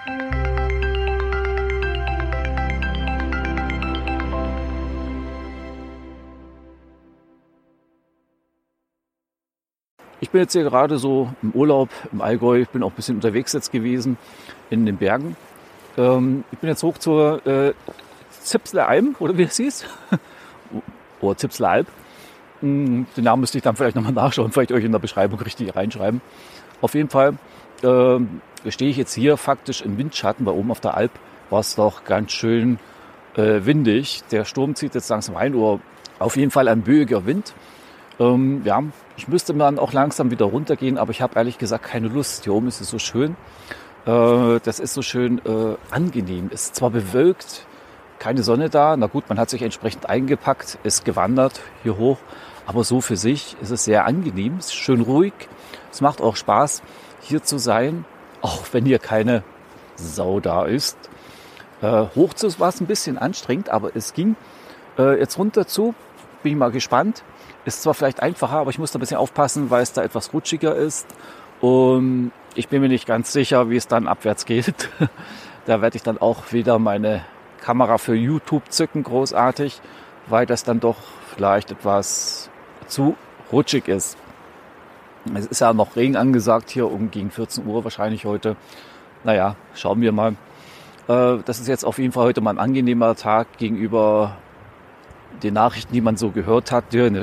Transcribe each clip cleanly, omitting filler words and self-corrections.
Ich bin jetzt hier gerade so im Urlaub im Allgäu. Ich bin auch ein bisschen unterwegs jetzt gewesen in den Bergen. Ich bin jetzt hoch zur Zipselalm, oder wie es hieß. Oder Zipselalb. Den Namen müsste ich dann vielleicht nochmal nachschauen, vielleicht euch in der Beschreibung richtig reinschreiben. Auf jeden Fall stehe ich jetzt hier faktisch im Windschatten, weil oben auf der Alp war es doch ganz schön windig. Der Sturm zieht jetzt langsam ein, oder auf jeden Fall ein böiger Wind. Ja, ich müsste dann auch langsam wieder runtergehen, aber ich habe ehrlich gesagt keine Lust. Hier oben ist es so schön. Das ist so schön angenehm. Es ist zwar bewölkt, keine Sonne da. Na gut, man hat sich entsprechend eingepackt, ist gewandert hier hoch. Aber so für sich ist es sehr angenehm. Es ist schön ruhig. Es macht auch Spaß, hier zu sein, auch wenn hier keine Sau da ist. Hoch zu war es ein bisschen anstrengend, aber es ging. Jetzt runter zu, bin ich mal gespannt. Ist zwar vielleicht einfacher, aber ich muss da ein bisschen aufpassen, weil es da etwas rutschiger ist. Und ich bin mir nicht ganz sicher, wie es dann abwärts geht. Da werde ich dann auch wieder meine Kamera für YouTube zücken, großartig, weil das dann doch vielleicht etwas zu rutschig ist. Es ist ja noch Regen angesagt hier, gegen 14 Uhr wahrscheinlich heute. Naja, schauen wir mal. Das ist jetzt auf jeden Fall heute mal ein angenehmer Tag gegenüber den Nachrichten, die man so gehört hat, den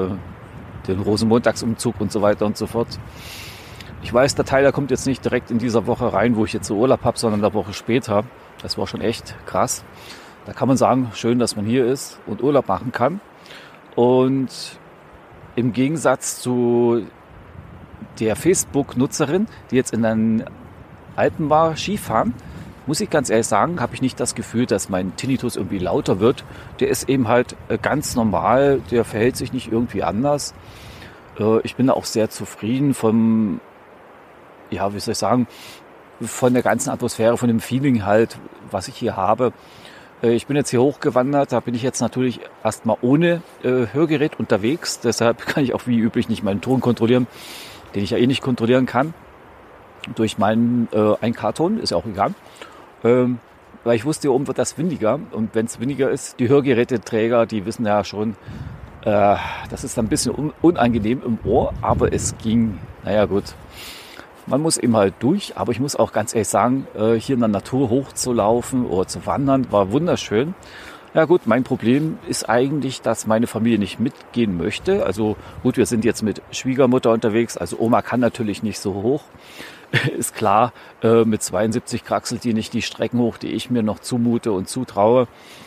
Rosenmontagsumzug und so weiter und so fort. Ich weiß, der Teil, der kommt jetzt nicht direkt in dieser Woche rein, wo ich jetzt so Urlaub habe, sondern eine Woche später. Das war schon echt krass. Da kann man sagen, schön, dass man hier ist und Urlaub machen kann. Und im Gegensatz zu der Facebook-Nutzerin, die jetzt in den Alpen war, Skifahren, muss ich ganz ehrlich sagen, habe ich nicht das Gefühl, dass mein Tinnitus irgendwie lauter wird. Der ist eben halt ganz normal, der verhält sich nicht irgendwie anders. Ich bin da auch sehr zufrieden von der ganzen Atmosphäre, von dem Feeling halt, was ich hier habe. Ich bin jetzt hier hochgewandert, da bin ich jetzt natürlich erstmal ohne Hörgerät unterwegs. Deshalb kann ich auch wie üblich nicht meinen Ton kontrollieren, den ich ja eh nicht kontrollieren kann. Durch meinen 1K-Ton, ist ja auch egal. Weil ich wusste, hier oben wird das windiger. Und wenn es windiger ist, die Hörgeräteträger, die wissen ja schon, das ist ein bisschen unangenehm im Ohr, aber es ging, naja gut. Man muss eben halt durch, aber ich muss auch ganz ehrlich sagen, hier in der Natur hochzulaufen oder zu wandern, war wunderschön. Ja gut, mein Problem ist eigentlich, dass meine Familie nicht mitgehen möchte. Also gut, wir sind jetzt mit Schwiegermutter unterwegs, also Oma kann natürlich nicht so hoch. Ist klar, mit 72 kraxelt die nicht die Strecken hoch, die ich mir noch zumute und zutraue.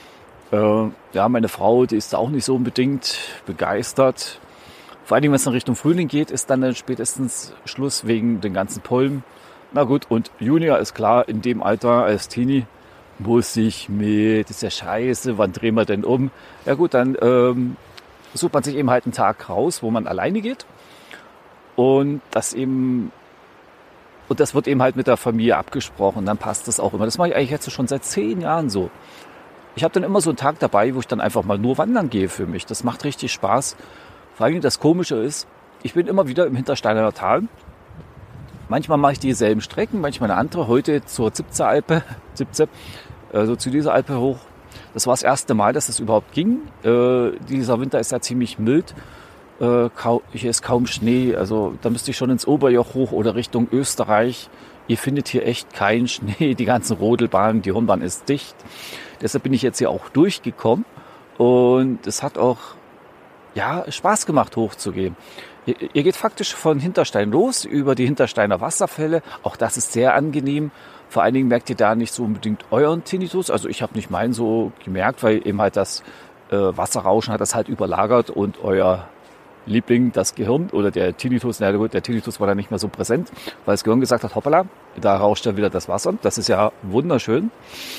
Ja, meine Frau, die ist da auch nicht so unbedingt begeistert. Vor allem, wenn es in Richtung Frühling geht, ist dann spätestens Schluss wegen den ganzen Pollen. Na gut, und Junior ist klar, in dem Alter als Teenie muss ich mit, das ist ja scheiße, wann drehen wir denn um? Ja gut, dann sucht man sich eben halt einen Tag raus, wo man alleine geht. Und das wird eben halt mit der Familie abgesprochen, dann passt das auch immer. Das mache ich eigentlich jetzt schon seit 10 Jahren so. Ich habe dann immer so einen Tag dabei, wo ich dann einfach mal nur wandern gehe für mich. Das macht richtig Spaß. Vor allem das Komische ist, ich bin immer wieder im Hintersteiner Tal. Manchmal mache ich dieselben Strecken, manchmal eine andere. Heute zur Zipse, also zu dieser Alpe hoch. Das war das erste Mal, dass es überhaupt ging. Dieser Winter ist ja ziemlich mild. Hier ist kaum Schnee, also da müsste ich schon ins Oberjoch hoch oder Richtung Österreich. Ihr findet hier echt keinen Schnee, die ganzen Rodelbahnen, die Hornbahn ist dicht. Deshalb bin ich jetzt hier auch durchgekommen und es hat auch Spaß gemacht, hochzugehen. Ihr geht faktisch von Hinterstein los, über die Hintersteiner Wasserfälle. Auch das ist sehr angenehm. Vor allen Dingen merkt ihr da nicht so unbedingt euren Tinnitus. Also ich habe nicht meinen so gemerkt, weil eben halt das Wasserrauschen hat das halt überlagert und euer Liebling, das Gehirn oder der Tinnitus, der Tinnitus war da nicht mehr so präsent, weil das Gehirn gesagt hat, hoppala, da rauscht ja wieder das Wasser. Das ist ja wunderschön.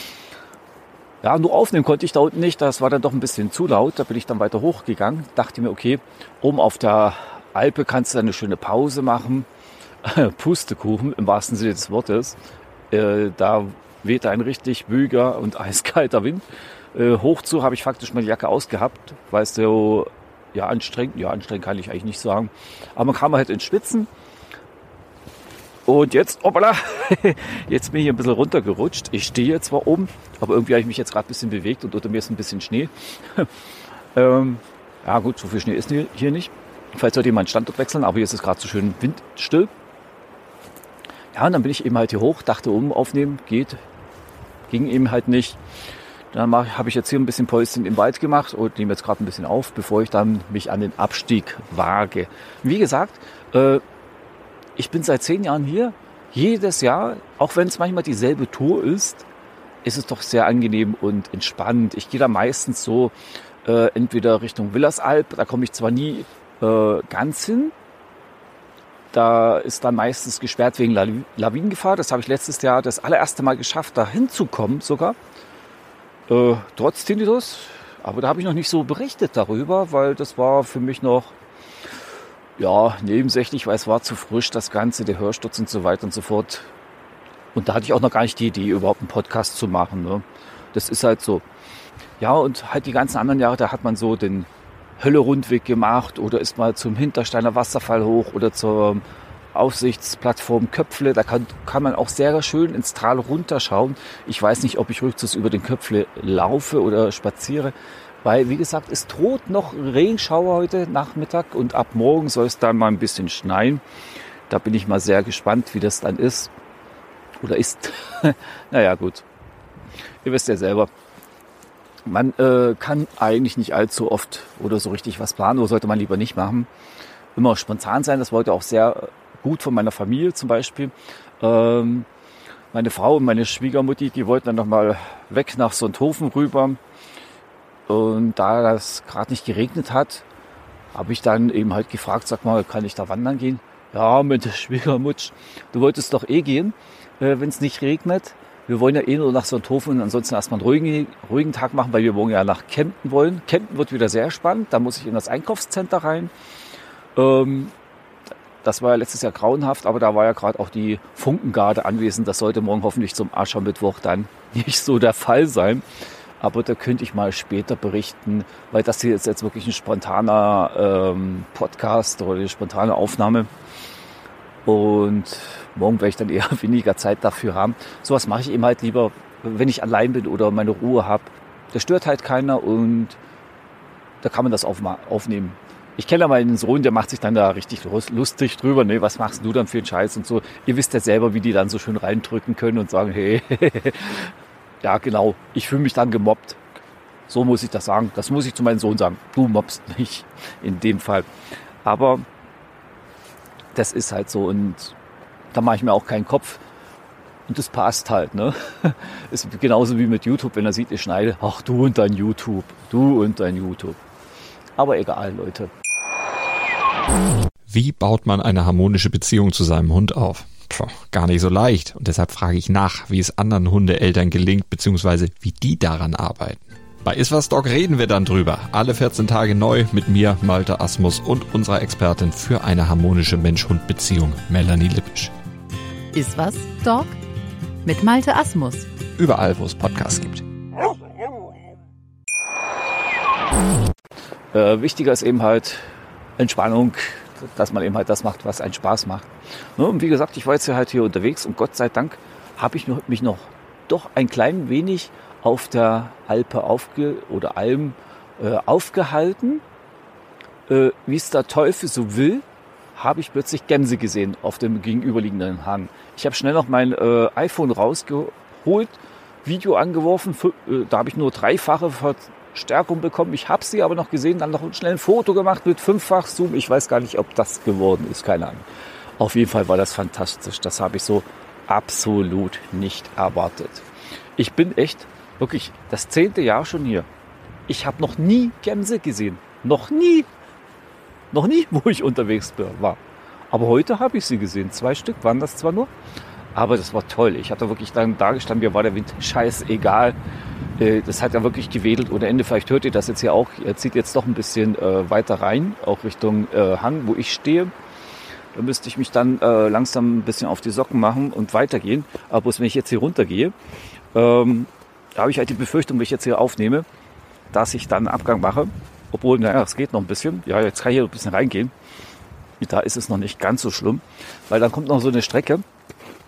Ja, nur aufnehmen konnte ich da unten nicht, das war dann doch ein bisschen zu laut, da bin ich dann weiter hochgegangen. Dachte mir, okay, oben auf der Alpe kannst du eine schöne Pause machen. Pustekuchen im wahrsten Sinne des Wortes. Da wehte ein richtig böiger und eiskalter Wind. Hochzu habe ich faktisch meine Jacke ausgehabt, weil es so anstrengend kann ich eigentlich nicht sagen. Aber man kam halt ins Schwitzen. Und jetzt, hoppala, jetzt bin ich ein bisschen runtergerutscht. Ich stehe zwar oben, aber irgendwie habe ich mich jetzt gerade ein bisschen bewegt und unter mir ist ein bisschen Schnee. Ja gut, so viel Schnee ist hier nicht. Vielleicht sollte jemand Standort wechseln, aber hier ist es gerade so schön windstill. Ja, und dann bin ich eben halt hier hoch, dachte aufnehmen, ging eben halt nicht. Dann habe ich jetzt hier ein bisschen Päuschen im Wald gemacht und nehme jetzt gerade ein bisschen auf, bevor ich dann mich an den Abstieg wage. Wie gesagt, ich bin seit 10 Jahren hier. Jedes Jahr, auch wenn es manchmal dieselbe Tour ist es doch sehr angenehm und entspannt. Ich gehe da meistens so entweder Richtung Willersalp, da komme ich zwar nie ganz hin. Da ist dann meistens gesperrt wegen Lawinengefahr. Das habe ich letztes Jahr das allererste Mal geschafft, da hinzukommen sogar. Trotz Tinnitus. Aber da habe ich noch nicht so berichtet darüber, weil das war für mich noch nebensächlich, weil es war zu frisch, das Ganze, der Hörsturz und so weiter und so fort. Und da hatte ich auch noch gar nicht die Idee, überhaupt einen Podcast zu machen. Ne? Das ist halt so. Ja, und halt die ganzen anderen Jahre, da hat man so den Hölle-Rundweg gemacht oder ist mal zum Hintersteiner Wasserfall hoch oder zur Aussichtsplattform Köpfle. Da kann man auch sehr schön ins Tal runterschauen. Ich weiß nicht, ob ich rückwärts über den Köpfle laufe oder spaziere, weil, wie gesagt, es droht noch Regenschauer heute Nachmittag und ab morgen soll es dann mal ein bisschen schneien. Da bin ich mal sehr gespannt, wie das dann ist. Oder ist. Naja, gut. Ihr wisst ja selber. Man kann eigentlich nicht allzu oft oder so richtig was planen, oder sollte man lieber nicht machen. Immer spontan sein, das wollte auch sehr gut von meiner Familie zum Beispiel. Meine Frau und meine Schwiegermutti, die wollten dann nochmal weg nach Sonthofen rüber. Und da das gerade nicht geregnet hat, habe ich dann eben halt gefragt, sag mal, kann ich da wandern gehen? Ja, mit der Schwiegermutsch, du wolltest doch gehen, wenn es nicht regnet. Wir wollen ja nur nach Sonthofen und ansonsten erstmal einen ruhigen Tag machen, weil wir morgen ja nach Kempten wollen. Kempten wird wieder sehr spannend, da muss ich in das Einkaufscenter rein. Das war ja letztes Jahr grauenhaft, aber da war ja gerade auch die Funkengarde anwesend. Das sollte morgen hoffentlich zum Aschermittwoch dann nicht so der Fall sein. Aber da könnte ich mal später berichten, weil das hier ist jetzt wirklich ein spontaner Podcast oder eine spontane Aufnahme. Und morgen werde ich dann eher weniger Zeit dafür haben. Sowas mache ich eben halt lieber, wenn ich allein bin oder meine Ruhe habe. Da stört halt keiner und da kann man das aufnehmen. Ich kenne ja meinen Sohn, der macht sich dann da richtig lustig drüber. Ne, was machst du dann für einen Scheiß und so. Ihr wisst ja selber, wie die dann so schön reindrücken können und sagen, hey, ja genau, ich fühle mich dann gemobbt. So muss ich das sagen. Das muss ich zu meinem Sohn sagen. Du mobbst mich in dem Fall. Aber das ist halt so und da mache ich mir auch keinen Kopf. Und das passt halt, ne? Ist genauso wie mit YouTube, wenn er sieht, ich schneide. Ach, du und dein YouTube. Aber egal, Leute. Wie baut man eine harmonische Beziehung zu seinem Hund auf? Gar nicht so leicht. Und deshalb frage ich nach, wie es anderen Hundeeltern gelingt, beziehungsweise wie die daran arbeiten. Bei Iswas Dog reden wir dann drüber. Alle 14 Tage neu mit mir, Malte Asmus und unserer Expertin für eine harmonische Mensch-Hund-Beziehung, Melanie Lippisch. Iswas Dog mit Malte Asmus. Überall, wo es Podcasts gibt. Wichtiger ist eben halt Entspannung, dass man eben halt das macht, was einen Spaß macht. Und wie gesagt, ich war jetzt halt hier unterwegs und Gott sei Dank habe ich mich noch doch ein klein wenig auf der Alpe Alm aufgehalten. Wie es der Teufel so will, habe ich plötzlich Gänse gesehen auf dem gegenüberliegenden Hang. Ich habe schnell noch mein iPhone rausgeholt, Video angeworfen, da habe ich nur 3-fache Verstärkung bekommen. Ich habe sie aber noch gesehen, dann noch schnell ein Foto gemacht mit 5-fach Zoom. Ich weiß gar nicht, ob das geworden ist, keine Ahnung. Auf jeden Fall war das fantastisch. Das habe ich so absolut nicht erwartet. Ich bin echt wirklich das 10. Jahr schon hier. Ich habe noch nie Gänse gesehen. Noch nie, wo ich unterwegs war. Aber heute habe ich sie gesehen. 2 Stück waren das zwar nur, aber das war toll. Ich hatte wirklich dann da gestanden, mir war der Wind scheißegal. Das hat ja wirklich gewedelt ohne Ende. Vielleicht hört ihr das jetzt hier auch. Er zieht jetzt doch ein bisschen weiter rein, auch Richtung Hang, wo ich stehe. Da müsste ich mich dann langsam ein bisschen auf die Socken machen und weitergehen. Aber bloß wenn ich jetzt hier runtergehe, da habe ich halt die Befürchtung, wenn ich jetzt hier aufnehme, dass ich dann einen Abgang mache. Obwohl, naja, es geht noch ein bisschen. Ja, jetzt kann ich hier ein bisschen reingehen. Da ist es noch nicht ganz so schlimm, weil dann kommt noch so eine Strecke.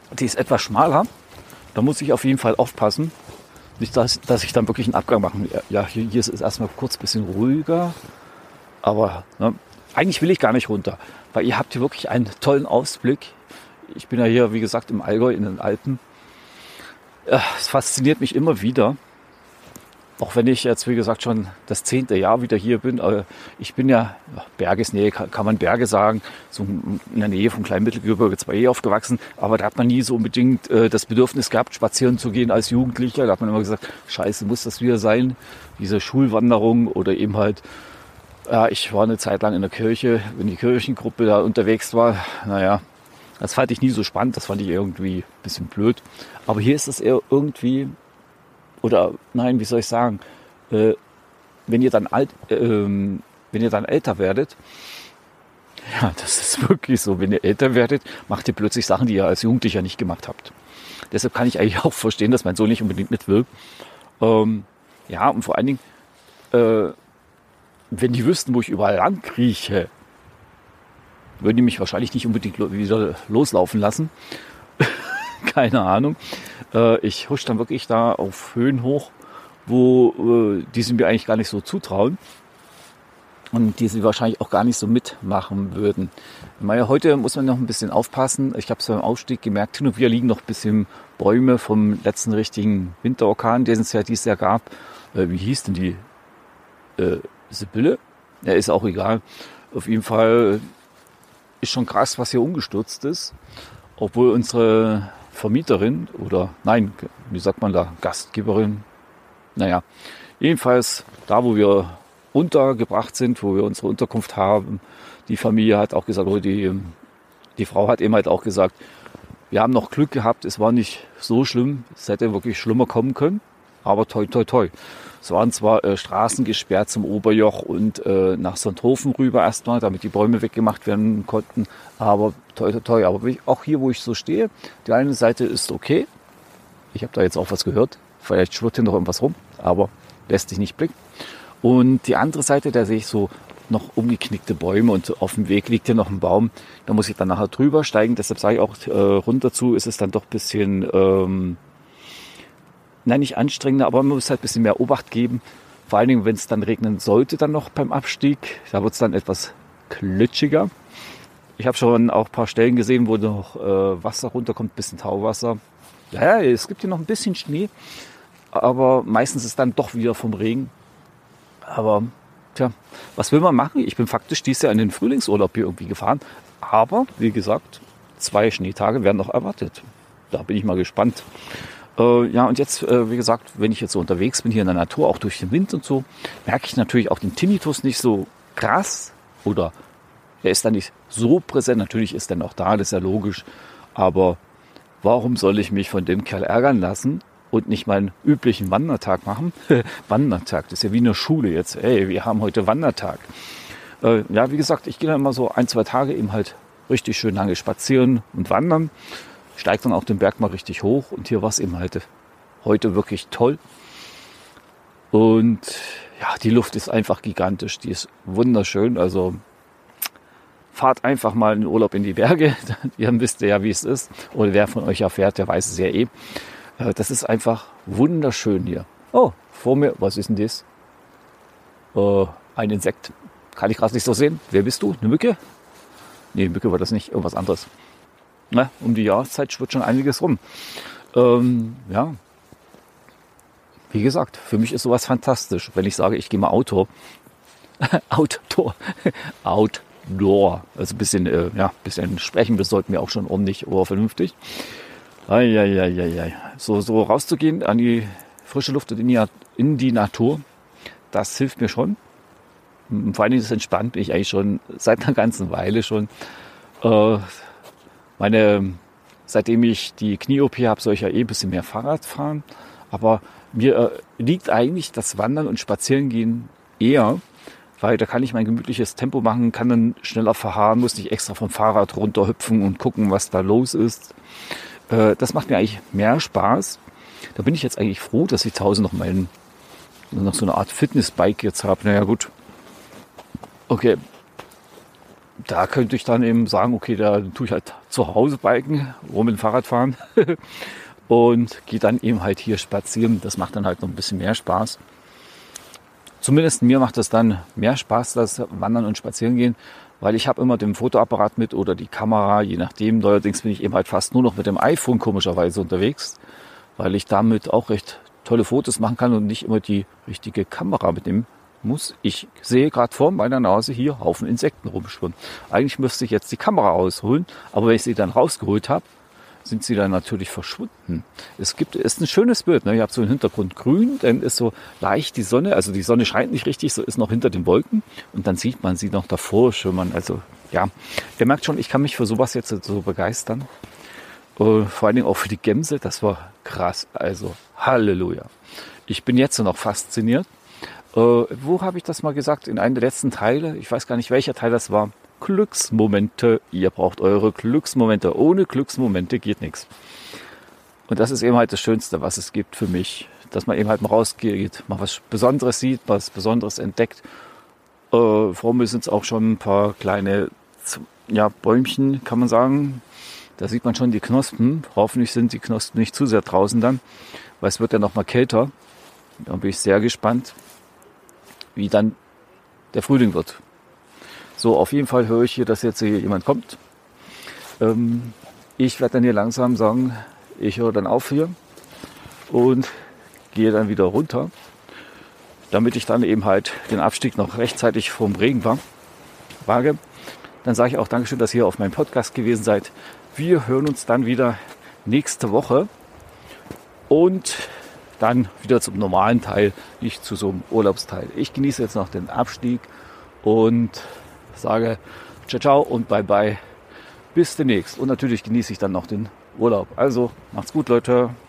Die ist etwas schmaler. Da muss ich auf jeden Fall aufpassen. Nicht, dass ich dann wirklich einen Abgang mache. Ja, hier ist es erstmal kurz ein bisschen ruhiger. Aber ne, eigentlich will ich gar nicht runter. Weil ihr habt hier wirklich einen tollen Ausblick. Ich bin ja hier, wie gesagt, im Allgäu in den Alpen. Es fasziniert mich immer wieder. Auch wenn ich jetzt, wie gesagt, schon das 10. Jahr wieder hier bin. Ich bin ja, Bergesnähe, kann man Berge sagen, so in der Nähe vom Kleinmittelgebirge 2 aufgewachsen. Aber da hat man nie so unbedingt das Bedürfnis gehabt, spazieren zu gehen als Jugendlicher. Da hat man immer gesagt, scheiße, muss das wieder sein? Diese Schulwanderung oder eben halt, ich war eine Zeit lang in der Kirche, wenn die Kirchengruppe da unterwegs war. Naja, das fand ich nie so spannend, das fand ich irgendwie ein bisschen blöd. Aber hier ist es eher irgendwie... Oder nein, wie soll ich sagen, wenn ihr dann älter werdet, ja, das ist wirklich so, wenn ihr älter werdet, macht ihr plötzlich Sachen, die ihr als Jugendlicher nicht gemacht habt. Deshalb kann ich eigentlich auch verstehen, dass mein Sohn nicht unbedingt mit will. Ja, und vor allen Dingen, wenn die wüssten, wo ich überall lang krieche, würden die mich wahrscheinlich nicht unbedingt wieder loslaufen lassen. Keine Ahnung. Ich husch dann wirklich da auf Höhen hoch, wo die sie mir eigentlich gar nicht so zutrauen und die sie wahrscheinlich auch gar nicht so mitmachen würden. Heute muss man noch ein bisschen aufpassen. Ich habe es beim Aufstieg gemerkt, hin und wieder liegen noch ein bisschen Bäume vom letzten richtigen Winterorkan, den es ja dieses Jahr gab. Wie hieß denn die? Sibylle? Ja, ist auch egal. Auf jeden Fall ist schon krass, was hier umgestürzt ist. Obwohl unsere Vermieterin oder nein, wie sagt man da, Gastgeberin, naja, jedenfalls da, wo wir untergebracht sind, wo wir unsere Unterkunft haben, die Familie hat auch gesagt, oder die Frau hat eben halt auch gesagt, wir haben noch Glück gehabt, es war nicht so schlimm, es hätte wirklich schlimmer kommen können, aber toi toi toi. Es waren zwar Straßen gesperrt zum Oberjoch und nach Sonthofen rüber erstmal, damit die Bäume weggemacht werden konnten. Aber toi toi toi. Aber auch hier, wo ich so stehe, die eine Seite ist okay. Ich habe da jetzt auch was gehört. Vielleicht schwirrt hier noch irgendwas rum, aber lässt sich nicht blicken. Und die andere Seite, da sehe ich so noch umgeknickte Bäume und auf dem Weg liegt hier noch ein Baum. Da muss ich dann nachher drüber steigen. Deshalb sage ich auch, runter zu ist es dann doch ein bisschen... Nein, nicht anstrengender, aber man muss halt ein bisschen mehr Obacht geben. Vor allen Dingen, wenn es dann regnen sollte, dann noch beim Abstieg. Da wird es dann etwas klitschiger. Ich habe schon auch ein paar Stellen gesehen, wo noch Wasser runterkommt, ein bisschen Tauwasser. Ja, es gibt hier noch ein bisschen Schnee, aber meistens ist es dann doch wieder vom Regen. Aber, tja, was will man machen? Ich bin faktisch dieses Jahr in den Frühlingsurlaub hier irgendwie gefahren. Aber, wie gesagt, 2 Schneetage werden noch erwartet. Da bin ich mal gespannt. Ja, und jetzt, wie gesagt, wenn ich jetzt so unterwegs bin hier in der Natur, auch durch den Wind und so, merke ich natürlich auch den Tinnitus nicht so krass oder er ist dann nicht so präsent. Natürlich ist er noch da, das ist ja logisch. Aber warum soll ich mich von dem Kerl ärgern lassen und nicht meinen üblichen Wandertag machen? Wandertag, das ist ja wie eine Schule jetzt. Ey, wir haben heute Wandertag. Ja, wie gesagt, ich gehe dann immer so 1-2 Tage eben halt richtig schön lange spazieren und wandern. Steigt dann auch den Berg mal richtig hoch und hier war es eben halt heute wirklich toll. Und ja, die Luft ist einfach gigantisch, die ist wunderschön. Also fahrt einfach mal in Urlaub in die Berge, ihr wisst ja, wie es ist. Oder wer von euch erfährt, der weiß es ja eh. Das ist einfach wunderschön hier. Oh, vor mir, was ist denn das? Ein Insekt, kann ich gerade nicht so sehen. Wer bist du? Eine Mücke? Nee, Mücke war das nicht, irgendwas anderes. Na, um die Jahreszeit schwirrt schon einiges rum. Ja, wie gesagt, für mich ist sowas fantastisch. Wenn ich sage, ich gehe mal Outdoor. Outdoor. Also ein bisschen sprechen, das sollten wir auch schon ordentlich oder vernünftig. So rauszugehen an die frische Luft und in die Natur, das hilft mir schon. Vor allem das entspannt mich eigentlich schon seit einer ganzen Weile schon. Seitdem ich die Knie-OP habe, soll ich ja ein bisschen mehr Fahrrad fahren. Aber mir liegt eigentlich das Wandern und Spazierengehen eher, weil da kann ich mein gemütliches Tempo machen, kann dann schneller fahren, muss nicht extra vom Fahrrad runterhüpfen und gucken, was da los ist. Das macht mir eigentlich mehr Spaß. Da bin ich jetzt eigentlich froh, dass ich zu Hause noch so eine Art Fitnessbike jetzt habe. Naja gut, okay. Da könnte ich dann eben sagen, okay, da tue ich halt zu Hause biken, rum mit dem Fahrrad fahren und gehe dann eben halt hier spazieren. Das macht dann halt noch ein bisschen mehr Spaß. Zumindest mir macht es dann mehr Spaß, das Wandern und Spazieren gehen, weil ich habe immer den Fotoapparat mit oder die Kamera, je nachdem. Neuerdings bin ich eben halt fast nur noch mit dem iPhone komischerweise unterwegs, weil ich damit auch recht tolle Fotos machen kann und nicht immer die richtige Kamera mitnehmen muss. Ich sehe gerade vor meiner Nase hier Haufen Insekten rumschwimmen. Eigentlich müsste ich jetzt die Kamera ausholen, aber wenn ich sie dann rausgeholt habe, sind sie dann natürlich verschwunden. Ist ein schönes Bild. Ne? Ihr habt so einen Hintergrund grün, dann ist so leicht die Sonne, also die Sonne scheint nicht richtig, so ist noch hinter den Wolken und dann sieht man sie noch davor schimmern. Also ja, ihr merkt schon, ich kann mich für sowas jetzt so begeistern. Vor allen Dingen auch für die Gämse, das war krass. Also Halleluja. Ich bin jetzt noch fasziniert. Wo habe ich das mal gesagt? In einem der letzten Teile, ich weiß gar nicht, welcher Teil das war. Glücksmomente. Ihr braucht eure Glücksmomente. Ohne Glücksmomente geht nichts. Und das ist eben halt das Schönste, was es gibt für mich. Dass man eben halt mal rausgeht, mal was Besonderes sieht, was Besonderes entdeckt. Vor mir sind es auch schon ein paar kleine Bäumchen, kann man sagen. Da sieht man schon die Knospen. Hoffentlich sind die Knospen nicht zu sehr draußen dann, weil es wird ja noch mal kälter. Da bin ich sehr gespannt, wie dann der Frühling wird. So, auf jeden Fall höre ich hier, dass jetzt hier jemand kommt. Ich werde dann hier langsam sagen, ich höre dann auf hier und gehe dann wieder runter, damit ich dann eben halt den Abstieg noch rechtzeitig vom Regen wage. Dann sage ich auch Dankeschön, dass ihr auf meinem Podcast gewesen seid. Wir hören uns dann wieder nächste Woche und dann wieder zum normalen Teil, nicht zu so einem Urlaubsteil. Ich genieße jetzt noch den Abstieg und sage ciao, ciao und bye, bye. Bis demnächst. Und natürlich genieße ich dann noch den Urlaub. Also, macht's gut, Leute.